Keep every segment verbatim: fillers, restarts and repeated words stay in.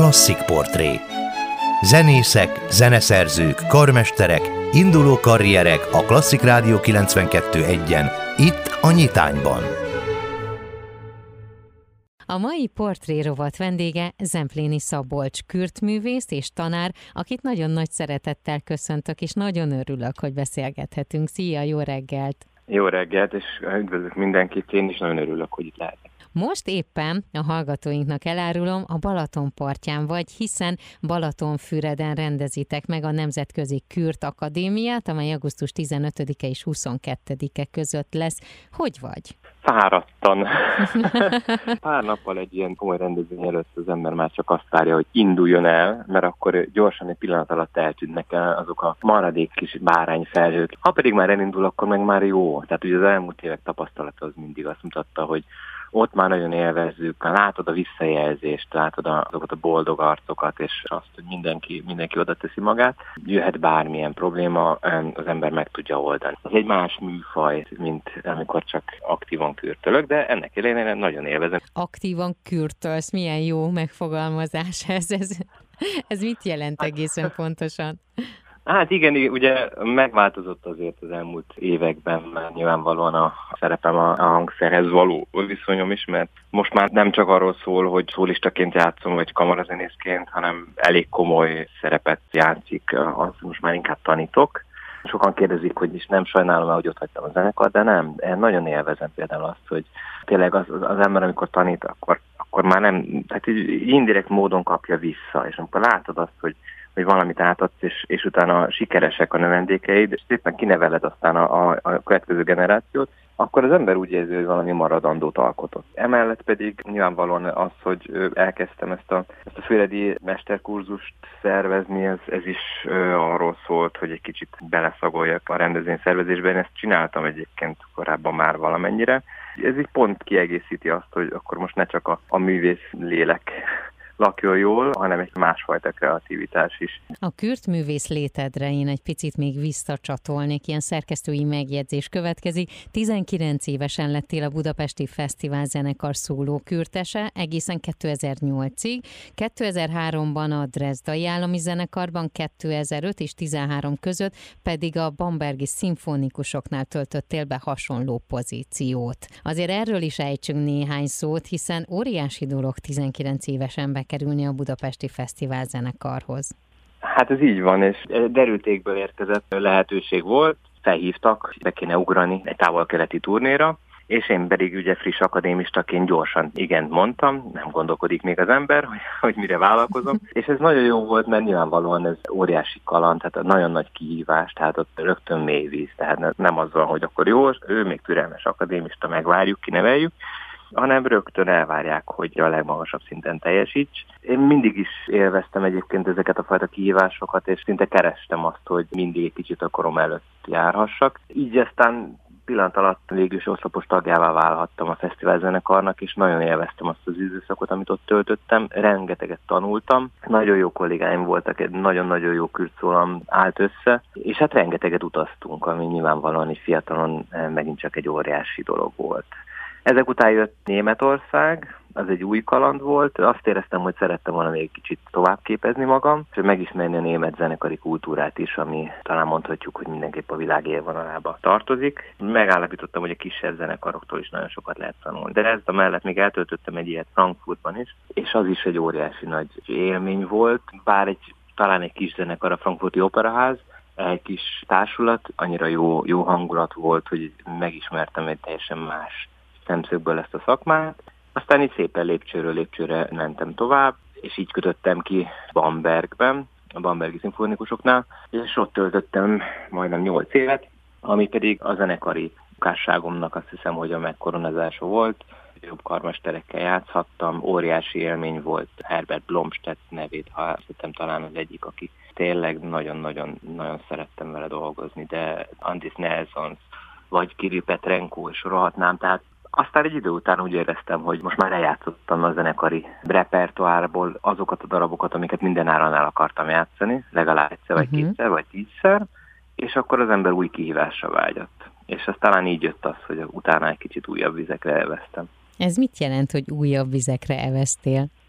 Klasszik Portré. Zenészek, zeneszerzők, karmesterek, induló karrierek a Klasszik Rádió kilencvenkettő egyen, itt a Nyitányban. A mai portré rovat vendége Zempléni Szabolcs, kürtművész és tanár, akit nagyon nagy szeretettel köszöntök, és nagyon örülök, hogy beszélgethetünk. Szia, jó reggelt! Jó reggelt, és üdvözlök mindenkit, én is nagyon örülök, hogy itt lehetek. Most éppen a hallgatóinknak elárulom, a Balaton partján vagy, hiszen Balatonfüreden rendezitek meg a Nemzetközi Kürt Akadémiát, amely augusztus tizenötödike és huszonkettedike között lesz. Hogy vagy? Fáradtan. Pár nappal egy ilyen komoly rendezvény előtt az ember már csak azt várja, hogy induljon el, mert akkor gyorsan egy pillanat alatt eltűnnek el azok a maradék kis bárányfelhők. Ha pedig már elindul, akkor meg már jó. Tehát ugye az elmúlt évek tapasztalata az mindig azt mutatta, hogy ott már nagyon élvezzük, látod a visszajelzést, látod azokat a boldog arcokat, és azt, hogy mindenki, mindenki oda teszi magát. Jöhet bármilyen probléma, az ember meg tudja oldani. Ez egy más műfaj, mint amikor csak aktívan kürtölök, de ennek ellenére nagyon élvezem. Aktívan kürtölsz, milyen jó megfogalmazás ez. Ez, ez mit jelent egészen pontosan? Hát igen, ugye megváltozott azért az elmúlt években, mert nyilvánvalóan a szerepem a hangszerhez való viszonyom is, mert most már nem csak arról szól, hogy szólistaként játszom, vagy kamarazenészként, hanem elég komoly szerepet játszik, az most már inkább tanítok. Sokan kérdezik, hogy is nem sajnálom el, hogy ott hagytam a zenekart, de nem. Én nagyon élvezem például azt, hogy tényleg az, az ember, amikor tanít, akkor, akkor már nem, tehát így indirekt módon kapja vissza, és amikor látod azt, hogy hogy valamit átadsz, és, és utána sikeresek a növendékeid, és szépen kineveled aztán a, a, a következő generációt, akkor az ember úgy érzi, hogy valami maradandót alkotott. Emellett pedig nyilvánvalóan az, hogy elkezdtem ezt a, ezt a főredi mesterkurzust szervezni, ez, ez is ö, arról szólt, hogy egy kicsit beleszagoljak a rendezvény szervezésben. Én ezt csináltam egyébként korábban már valamennyire. Ez így pont kiegészíti azt, hogy akkor most ne csak a, a művész lélek lakjon jól, hanem egy másfajta kreativitás is. A kürtművész létedre én egy picit még visszacsatolnék, ilyen szerkesztői megjegyzés következik. tizenkilenc évesen lettél a Budapesti Fesztivál zenekar szóló kürtese, egészen kétezer-nyolcig. kétezer-háromban a Dresdai Állami Zenekarban, kétezer-öt és tizenhárom között pedig a bambergi szimfonikusoknál töltöttél be hasonló pozíciót. Azért erről is ejtsünk néhány szót, hiszen óriási dolog tizenkilenc évesen kerülni a Budapesti Fesztivál zenekarhoz. Hát ez így van, és derültékből érkezett lehetőség volt, felhívtak, be kéne ugrani egy távol-keleti turnéra, és én pedig ugye friss akadémistaként gyorsan igent mondtam, nem gondolkodik még az ember, hogy, hogy mire vállalkozom, és ez nagyon jó volt, mert nyilvánvalóan ez óriási kaland, tehát nagyon nagy kihívás, tehát ott rögtön mély víz, tehát nem az van, hogy akkor jó, ő még türelmes akadémista, megvárjuk, kineveljük, hanem rögtön elvárják, hogy a legmagasabb szinten teljesíts. Én mindig is élveztem egyébként ezeket a fajta kihívásokat, és szinte kerestem azt, hogy mindig egy kicsit a korom előtt járhassak. Így aztán pillanat alatt végül is oszlopos tagjává válhattam a fesztiválzenekarnak, és nagyon élveztem azt az időszakot, amit ott töltöttem. Rengeteget tanultam, nagyon jó kollégáim voltak, egy nagyon-nagyon jó kürtszólam állt össze, és hát rengeteget utaztunk, ami nyilvánvalóan egy fiatalon megint csak egy óriási dolog volt. Ezek után jött Németország, az egy új kaland volt, azt éreztem, hogy szerettem volna még kicsit tovább képezni magam, és megismerni a német zenekari kultúrát is, ami talán mondhatjuk, hogy mindenképp a világ élvonalába tartozik. Megállapítottam, hogy a kisebb zenekaroktól is nagyon sokat lehet tanulni. De ezt a mellett még eltöltöttem egy ilyet Frankfurtban is, és az is egy óriási nagy élmény volt, bár egy, talán egy kis zenekar, a Frankfurti Operaház, egy kis társulat, annyira jó, jó hangulat volt, hogy megismertem egy teljesen más szemszögből ezt a szakmát. Aztán így szépen lépcsőről lépcsőre mentem tovább, és így kötöttem ki Bambergben, a bambergi szimfonikusoknál, és ott töltöttem majdnem nyolc évet, ami pedig a zenekari munkásságomnak azt hiszem, hogy a megkoronázása volt. Jobb karmesterekkel játszhattam, óriási élmény volt. Herbert Blomstedt nevét, ha hiszem talán az egyik, aki tényleg nagyon-nagyon nagyon szerettem vele dolgozni, de Andris Nelsons, vagy Kirill Petrenko, és sorolhatnám, tehát aztán egy idő után úgy éreztem, hogy most már eljátszottam a zenekari repertoárból azokat a darabokat, amiket minden áron el akartam játszani, legalább egyszer, vagy uh-huh. kétszer, vagy tízszer, és akkor az ember új kihívásra vágyott. És az talán így jött az, hogy utána egy kicsit újabb vizekre elveztem. Ez mit jelent, hogy újabb vizekre eveztél?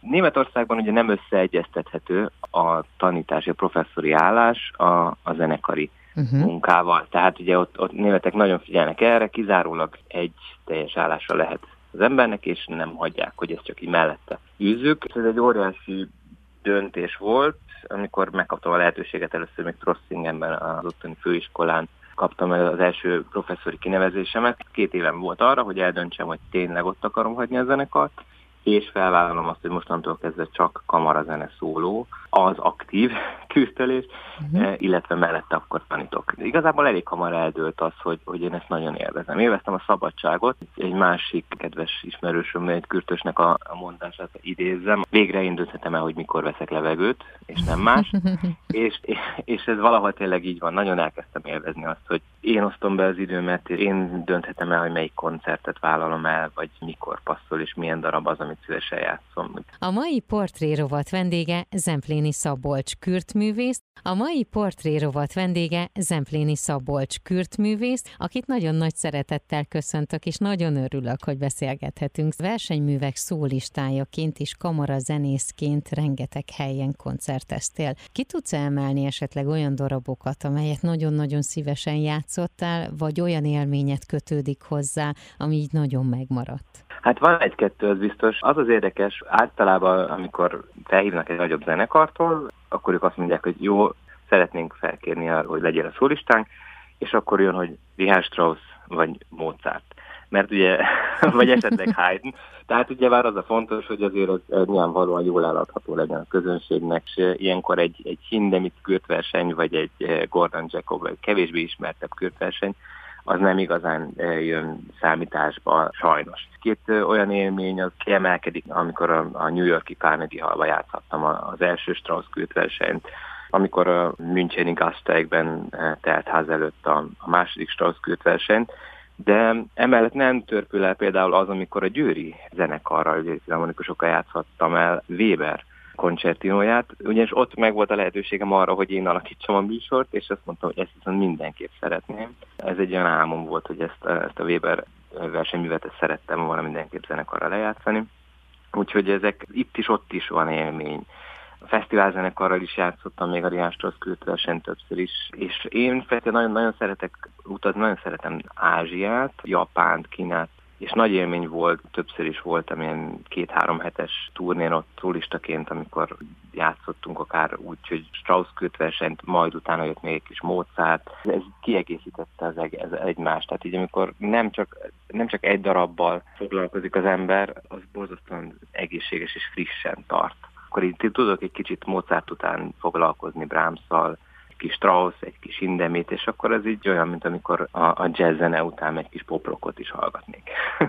Németországban ugye nem összeegyeztethető a tanítási, a professzori állás a, a zenekari uh-huh. munkával. Tehát ugye ott, ott németek nagyon figyelnek erre, kizárólag egy teljes állásra lehet az embernek, és nem hagyják, hogy ezt csak így mellette űzzük. Ez egy óriási döntés volt, amikor megkaptam a lehetőséget először még Trossingenben, az ottani főiskolán kaptam el az első professzori kinevezésemet. Két évem volt arra, hogy eldöntsem, hogy tényleg ott akarom hagyni a zenekart, és felvállalom azt, hogy mostantól kezdve csak kamarazene szóló, az aktív küzdölés, uh-huh. illetve mellette akkor tanítok. Igazából elég hamar eldőlt az, hogy, hogy én ezt nagyon élvezem. Élveztem a szabadságot. Egy másik kedves ismerősöm, egy kürtösnek a, a mondását idézzem. Végre én dönthetem el, hogy mikor veszek levegőt, és nem más. és, és ez valahol tényleg így van. Nagyon elkezdtem élvezni azt, hogy én osztom be az időmet, én dönthetem el, hogy melyik koncertet vállalom el, vagy mikor passzol, és milyen darab az, amit szívesen játszom. A mai portrérovat vendége Zempléni Szabolcs kürtművész, a mai portrérovat vendége Zempléni Szabolcs kürtművész, akit nagyon nagy szeretettel köszöntök, és nagyon örülök, hogy beszélgethetünk. Versenyművek szólistájaként és kamarazenészként rengeteg helyen koncerteztél. Ki tudsz emelni esetleg olyan darabokat, amelyet nagyon-nagyon szívesen játszottál, vagy olyan élményet kötődik hozzá, ami így nagyon megmaradt? Hát van egy-kettő, az biztos. Az az érdekes, általában, amikor felhívnak egy nagyobb zenekartól, akkor ők azt mondják, hogy jó, szeretnénk felkérni arra, hogy legyél a szólistánk, és akkor jön, hogy Richard Strauss vagy Mozart. Mert ugye, vagy esetleg Haydn. Tehát ugye már az a fontos, hogy azért az nyilvánvalóan jól eladható legyen a közönségnek, és ilyenkor egy, egy Hindemith kürtverseny, vagy egy Gordon Jacob, vagy kevésbé ismertebb kürtverseny, az nem igazán jön számításba, sajnos. Két olyan élmény az kiemelkedik, amikor a, a New York-i Carnegie Hallba játszhattam az első Strauss kürtversenyt, amikor a Müncheni Gasteigben telt ház előtt a, a második Strauss kürtversenyt, de emellett nem törpül el például az, amikor a győri zenekarral, győri filharmonikusokkal játszhattam el Weber koncertinóját, ugyanis ott meg volt a lehetőségem arra, hogy én alakítsam a műsort, és azt mondtam, hogy ezt viszont mindenképp szeretném. Ez egy olyan álmom volt, hogy ezt, ezt a Weber versenyművet ezt szerettem volna mindenképp zenekarra lejátszani. Úgyhogy ezek itt is, ott is van élmény. A fesztiválzenekarral is játszottam még a Richard Strauss kürtversenyt többször is, és én nagyon, nagyon szeretek utazni, nagyon szeretem Ázsiát, Japánt, Kínát, és nagy élmény volt, többször is voltam ilyen két-három hetes turnén ott szólistaként, amikor játszottunk akár úgy, hogy Strauss kürtversenyt, majd utána jött még egy kis Mozart. Ez kiegészítette az eg- ez egymást, tehát így amikor nem csak, nem csak egy darabbal foglalkozik az ember, az borzasztóan egészséges és frissen tart. Akkor így tudok egy kicsit Mozart után foglalkozni Brahmsszal, egy kis Strauss, egy kis Hindemith, és akkor ez így olyan, mint amikor a, a jazz zene után egy kis poprockot is hallgatnék.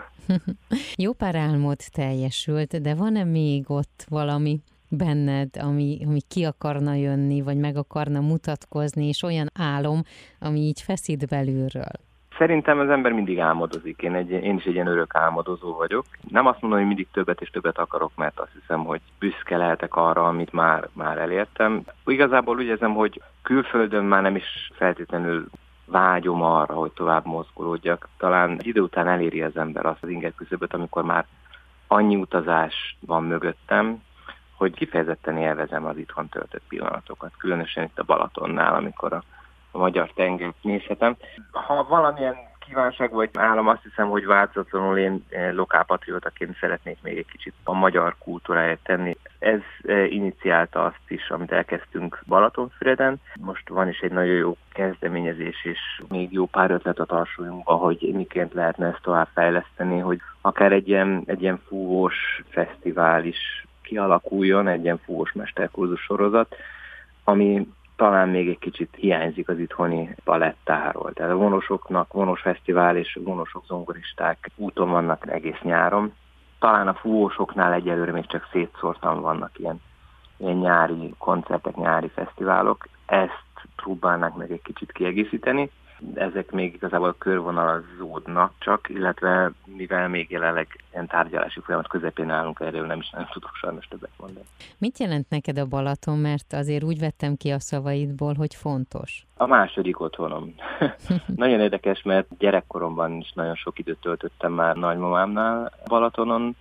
Jó pár álmod teljesült, de van-e még ott valami benned, ami, ami ki akarna jönni, vagy meg akarna mutatkozni, és olyan álom, ami így feszít belülről? Szerintem az ember mindig álmodozik. Én, egy, én is egy ilyen örök álmodozó vagyok. Nem azt mondom, hogy mindig többet és többet akarok, mert azt hiszem, hogy büszke lehetek arra, amit már, már elértem. Igazából úgy érzem, hogy külföldön már nem is feltétlenül vágyom arra, hogy tovább mozgolódjak. Talán egy idő után eléri az ember azt az inger küszöböt, amikor már annyi utazás van mögöttem, hogy kifejezetten élvezem az itthon töltött pillanatokat. Különösen itt a Balatonnál, amikor a a magyar tengert nézhetem. Ha valamilyen kívánság vagy állam, azt hiszem, hogy változatlanul én lokálpatriótaként szeretnék még egy kicsit a magyar kultúráját tenni. Ez iniciálta azt is, amit elkezdtünk Balatonfüreden. Most van is egy nagyon jó kezdeményezés, és még jó pár ötlet a tarsolyunkban, hogy miként lehetne ezt tovább fejleszteni, hogy akár egy ilyen, egy ilyen fúvós fesztivál is kialakuljon, egy ilyen fúvós mesterkurzus sorozat, ami talán még egy kicsit hiányzik az itthoni palettáról. Tehát a vonosoknak, vonos fesztivál és vonosok zongoristák úton vannak egész nyáron. Talán a fúvósoknál egyelőre még csak szétszórtan vannak ilyen, ilyen nyári koncertek, nyári fesztiválok. Ezt próbálnánk meg egy kicsit kiegészíteni. Ezek még igazából körvonalazódnak csak, illetve mivel még jelenleg ilyen tárgyalási folyamat közepén állunk, erről nem is nem tudok sajnos többet mondani. Mit jelent neked a Balaton, mert azért úgy vettem ki a szavaidból, hogy fontos? A második otthonom. Nagyon érdekes, mert gyerekkoromban is nagyon sok időt töltöttem már nagymamámnál Balatonon,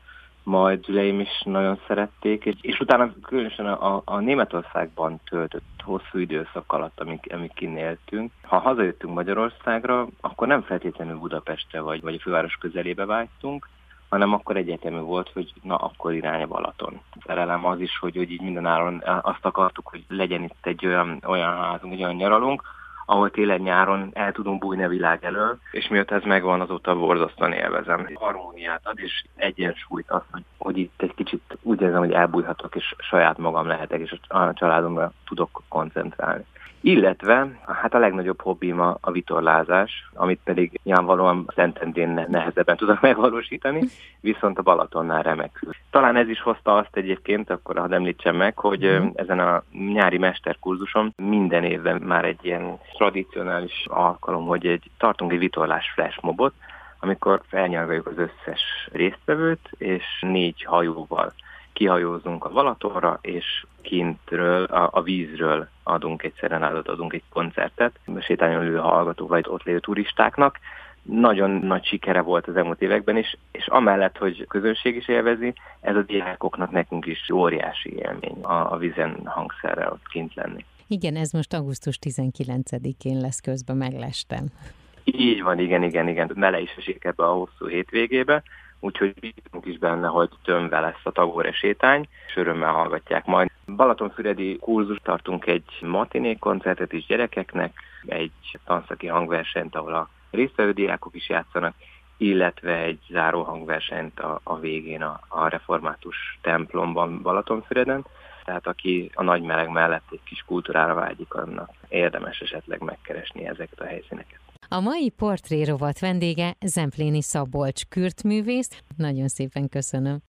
majd szüleim is nagyon szerették, és, és utána különösen a, a Németországban töltött hosszú időszak alatt, amik, amik kinéltünk. Ha hazajöttünk Magyarországra, akkor nem feltétlenül Budapestre vagy, vagy a főváros közelébe vágytunk, hanem akkor egyetemű volt, hogy na, akkor irány a Balaton. Szerelem az is, hogy, hogy így mindenáron azt akartuk, hogy legyen itt egy olyan, olyan házunk, egy olyan nyaralunk, ahol télen-nyáron el tudunk bújni a világ elől, és mióta ez megvan, azóta borzasztóan élvezem. Harmóniát ad, és egyensúlyt az, hogy, hogy itt egy kicsit úgy érzem, hogy elbújhatok, és saját magam lehetek, és a családomra tudok koncentrálni. Illetve hát a legnagyobb hobbim a, a vitorlázás, amit pedig nyilvánvalóan Szentendrén nehezebben tudok megvalósítani, viszont a Balatonnál remekül. Talán ez is hozta azt egyébként, akkor hadd említsem meg, hogy mm. ezen a nyári mesterkurzuson minden évben már egy ilyen tradicionális alkalom, hogy egy, tartunk egy vitorlás flashmobot, amikor felnyargaljuk az összes résztvevőt, és négy hajóval kihajózunk a Balatonra, és kintről, a, a vízről adunk egy szerenádot, adunk egy koncertet, sétáljon ülő hallgató, vagy ott lévő turistáknak. Nagyon nagy sikere volt az elmúlt években is, és amellett, hogy közönség is élvezi, ez a diákoknak, nekünk is óriási élmény a, a vízen hangszerrel ott kint lenni. Igen, ez most augusztus tizenkilencedikén lesz, közben meglestem. Így van, igen, igen, igen. Bele is esik ebbe a hosszú hétvégébe, úgyhogy bízunk is benne, hogy tömve lesz a Tagore sétány, és örömmel hallgatják majd. Balatonfüredi kurzus tartunk egy matiné koncertet is gyerekeknek, egy tanszaki hangversenyt, ahol a résztvevő diákok is játszanak, illetve egy záró hangversenyt a, a végén a, a református templomban Balatonfüreden. Tehát aki a nagy meleg mellett egy kis kultúrára vágyik, annak érdemes esetleg megkeresni ezeket a helyszíneket. A mai portrérovat vendége Zempléni Szabolcs kürtművész. Nagyon szépen köszönöm.